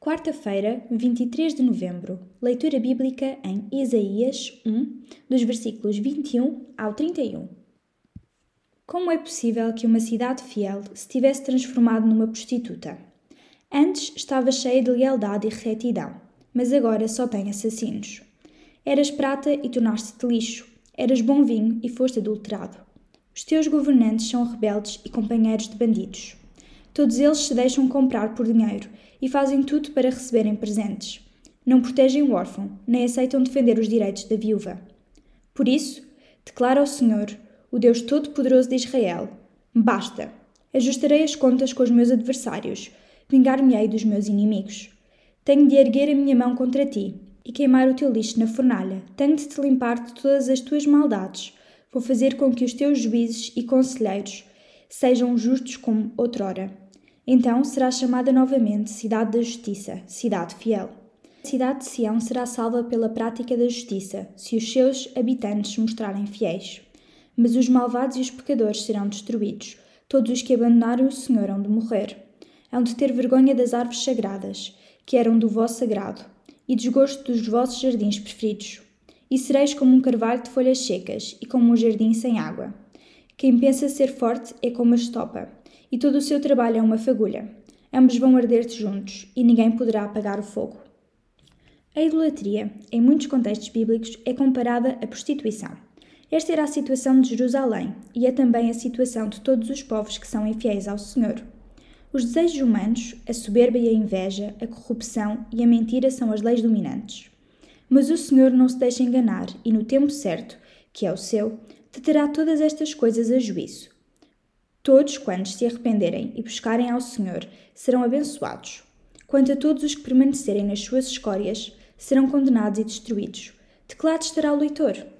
Quarta-feira, 23 de novembro. Leitura bíblica em Isaías 1, dos versículos 21 ao 31. Como é possível que uma cidade fiel se tivesse transformado numa prostituta? Antes estava cheia de lealdade e retidão, mas agora só tem assassinos. Eras prata e tornaste-te lixo. Eras bom vinho e foste adulterado. Os teus governantes são rebeldes e companheiros de bandidos. Todos eles se deixam comprar por dinheiro e fazem tudo para receberem presentes. Não protegem o órfão, nem aceitam defender os direitos da viúva. Por isso, declara ao Senhor, o Deus Todo-Poderoso de Israel: basta! Ajustarei as contas com os meus adversários, vingar-me-ei dos meus inimigos. Tenho de erguer a minha mão contra ti e queimar o teu lixo na fornalha. Tenho de te limpar de todas as tuas maldades. Vou fazer com que os teus juízes e conselheiros sejam justos como outrora. Então será chamada novamente Cidade da Justiça, Cidade Fiel. A cidade de Sião será salva pela prática da justiça, se os seus habitantes se mostrarem fiéis. Mas os malvados e os pecadores serão destruídos. Todos os que abandonarem o Senhor hão de morrer. Hão de ter vergonha das árvores sagradas, que eram do vosso agrado, e desgosto dos vossos jardins preferidos. E sereis como um carvalho de folhas secas, e como um jardim sem água. Quem pensa ser forte é como a estopa, e todo o seu trabalho é uma fagulha. Ambos vão arder juntos, e ninguém poderá apagar o fogo. A idolatria, em muitos contextos bíblicos, é comparada à prostituição. Esta era a situação de Jerusalém, e é também a situação de todos os povos que são infiéis ao Senhor. Os desejos humanos, a soberba e a inveja, a corrupção e a mentira são as leis dominantes. Mas o Senhor não se deixa enganar, e no tempo certo, que é o seu, tratará todas estas coisas a juízo. Todos quantos se arrependerem e buscarem ao Senhor serão abençoados. Quanto a todos os que permanecerem nas suas escórias, serão condenados e destruídos. De que lado estará o leitor?